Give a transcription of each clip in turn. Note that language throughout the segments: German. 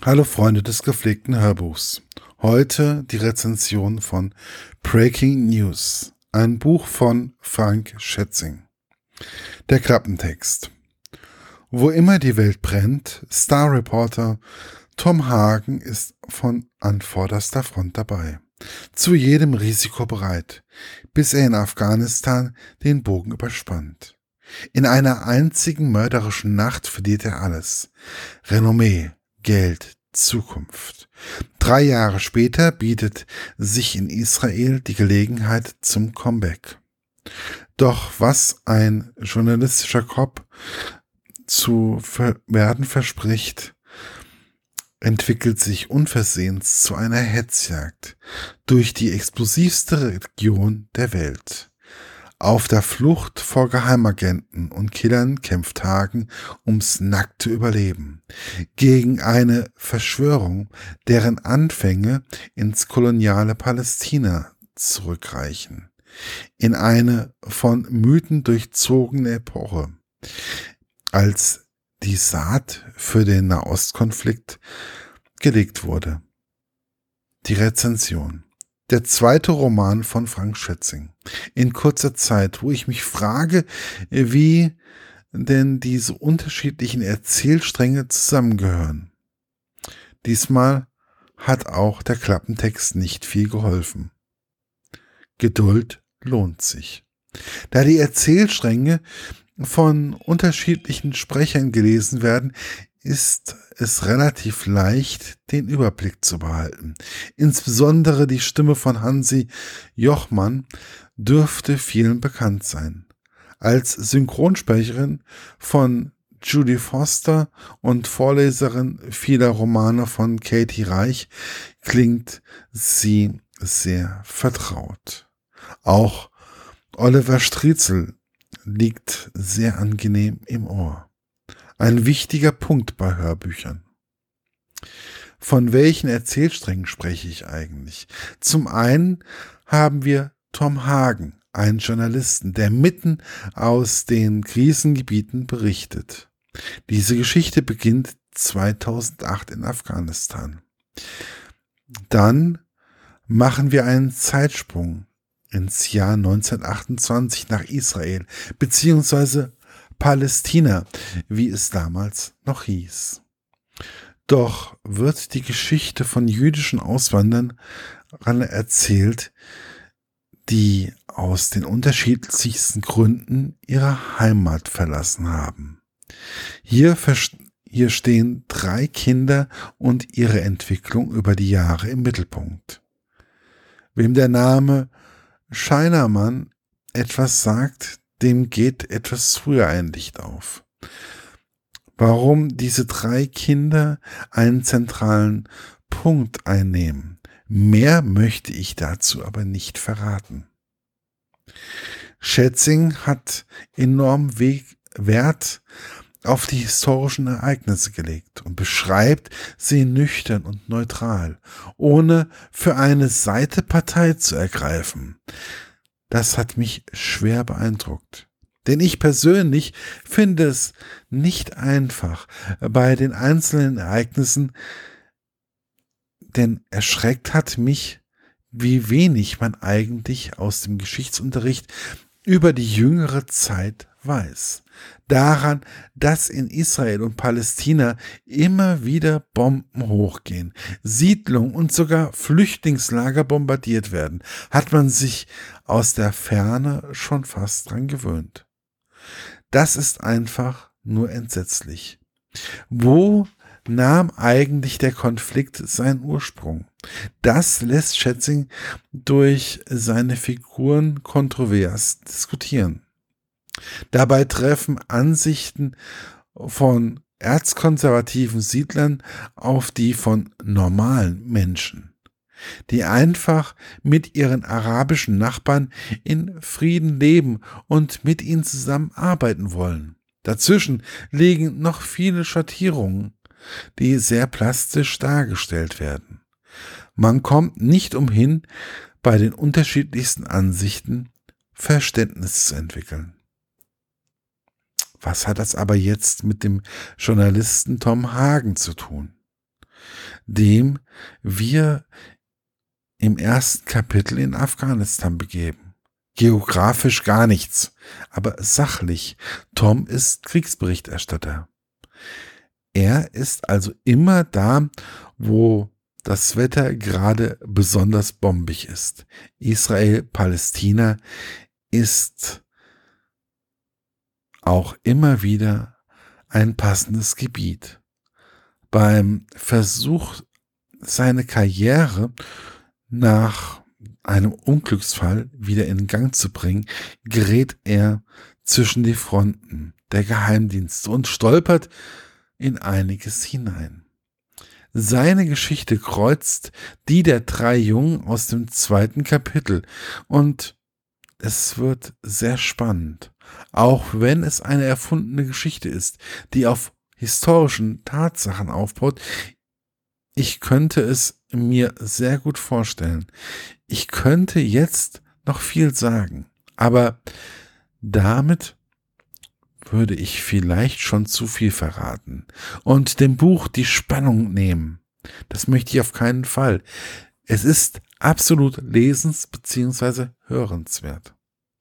Hallo Freunde des gepflegten Hörbuchs. Heute die Rezension von Breaking News, ein Buch von Frank Schätzing. Der Klappentext. Wo immer die Welt brennt, Star-Reporter Tom Hagen ist von an vorderster Front dabei. Zu jedem Risiko bereit, bis er in Afghanistan den Bogen überspannt. In einer einzigen mörderischen Nacht verliert er alles. Renommee, Geld, Zukunft. 3 Jahre später bietet sich in Israel die Gelegenheit zum Comeback. Doch was ein journalistischer Cop zu werden verspricht, entwickelt sich unversehens zu einer Hetzjagd durch die explosivste Region der Welt. Auf der Flucht vor Geheimagenten und Killern kämpft Hagen ums nackte Überleben gegen eine Verschwörung, deren Anfänge ins koloniale Palästina zurückreichen, in eine von Mythen durchzogene Epoche, als die Saat für den Nahostkonflikt gelegt wurde. Die Rezension. Der zweite Roman von Frank Schätzing. In kurzer Zeit, wo ich mich frage, wie denn diese unterschiedlichen Erzählstränge zusammengehören. Diesmal hat auch der Klappentext nicht viel geholfen. Geduld lohnt sich. Da die Erzählstränge von unterschiedlichen Sprechern gelesen werden, ist es relativ leicht, den Überblick zu behalten. Insbesondere die Stimme von Hansi Jochmann dürfte vielen bekannt sein. Als Synchronsprecherin von Judy Foster und Vorleserin vieler Romane von Katie Reich klingt sie sehr vertraut. Auch Oliver Striezel liegt sehr angenehm im Ohr. Ein wichtiger Punkt bei Hörbüchern. Von welchen Erzählsträngen spreche ich eigentlich? Zum einen haben wir Tom Hagen, einen Journalisten, der mitten aus den Krisengebieten berichtet. Diese Geschichte beginnt 2008 in Afghanistan. Dann machen wir einen Zeitsprung ins Jahr 1928 nach Israel, beziehungsweise Palästina, wie es damals noch hieß. Doch wird die Geschichte von jüdischen Auswanderern erzählt, die aus den unterschiedlichsten Gründen ihre Heimat verlassen haben. Hier stehen 3 Kinder und ihre Entwicklung über die Jahre im Mittelpunkt. Wem der Name Scheinermann etwas sagt, dem geht etwas früher ein Licht auf. Warum diese 3 Kinder einen zentralen Punkt einnehmen, mehr möchte ich dazu aber nicht verraten. Schätzing hat enorm Wert auf die historischen Ereignisse gelegt und beschreibt sie nüchtern und neutral, ohne für eine Seite Partei zu ergreifen. Das hat mich schwer beeindruckt. Denn ich persönlich finde es nicht einfach bei den einzelnen Ereignissen, denn erschreckt hat mich, wie wenig man eigentlich aus dem Geschichtsunterricht über die jüngere Zeit weiß. Daran, dass in Israel und Palästina immer wieder Bomben hochgehen, Siedlungen und sogar Flüchtlingslager bombardiert werden, hat man sich aus der Ferne schon fast dran gewöhnt. Das ist einfach nur entsetzlich. Wo nahm eigentlich der Konflikt seinen Ursprung? Das lässt Schätzing durch seine Figuren kontrovers diskutieren. Dabei treffen Ansichten von erzkonservativen Siedlern auf die von normalen Menschen, die einfach mit ihren arabischen Nachbarn in Frieden leben und mit ihnen zusammenarbeiten wollen. Dazwischen liegen noch viele Schattierungen, die sehr plastisch dargestellt werden. Man kommt nicht umhin, bei den unterschiedlichsten Ansichten Verständnis zu entwickeln. Was hat das aber jetzt mit dem Journalisten Tom Hagen zu tun? dem wir im ersten Kapitel in Afghanistan begeben. Geografisch gar nichts, aber sachlich. Tom ist Kriegsberichterstatter. Er ist also immer da, wo das Wetter gerade besonders bombig ist. Israel-Palästina ist auch immer wieder ein passendes Gebiet. Beim Versuch, seine Karriere nach einem Unglücksfall wieder in Gang zu bringen, gerät er zwischen die Fronten der Geheimdienste und stolpert in einiges hinein. Seine Geschichte kreuzt die der 3 Jungen aus dem 2. Kapitel und es wird sehr spannend, auch wenn es eine erfundene Geschichte ist, die auf historischen Tatsachen aufbaut. Ich könnte es mir sehr gut vorstellen. Ich könnte jetzt noch viel sagen, aber damit würde ich vielleicht schon zu viel verraten und dem Buch die Spannung nehmen. Das möchte ich auf keinen Fall. Es ist absolut lesens- bzw. hörenswert.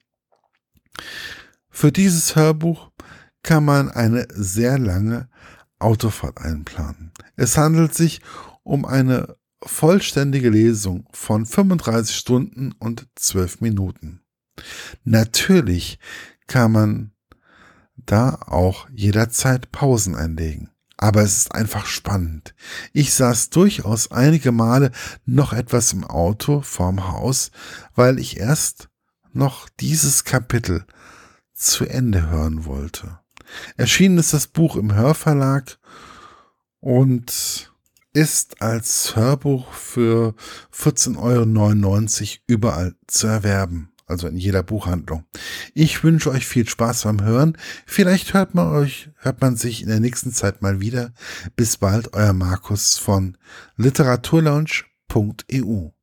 Für dieses Hörbuch kann man eine sehr lange Autofahrt einplanen. Es handelt sich um eine vollständige Lesung von 35 Stunden und 12 Minuten. Natürlich kann man da auch jederzeit Pausen einlegen. Aber es ist einfach spannend. Ich saß durchaus einige Male noch etwas im Auto vorm Haus, weil ich erst noch dieses Kapitel zu Ende hören wollte. Erschienen ist das Buch im Hörverlag und ist als Hörbuch für 14,99 € überall zu erwerben. Also in jeder Buchhandlung. Ich wünsche euch viel Spaß beim Hören. Vielleicht hört man sich in der nächsten Zeit mal wieder. Bis bald, euer Markus von literaturlaunch.eu.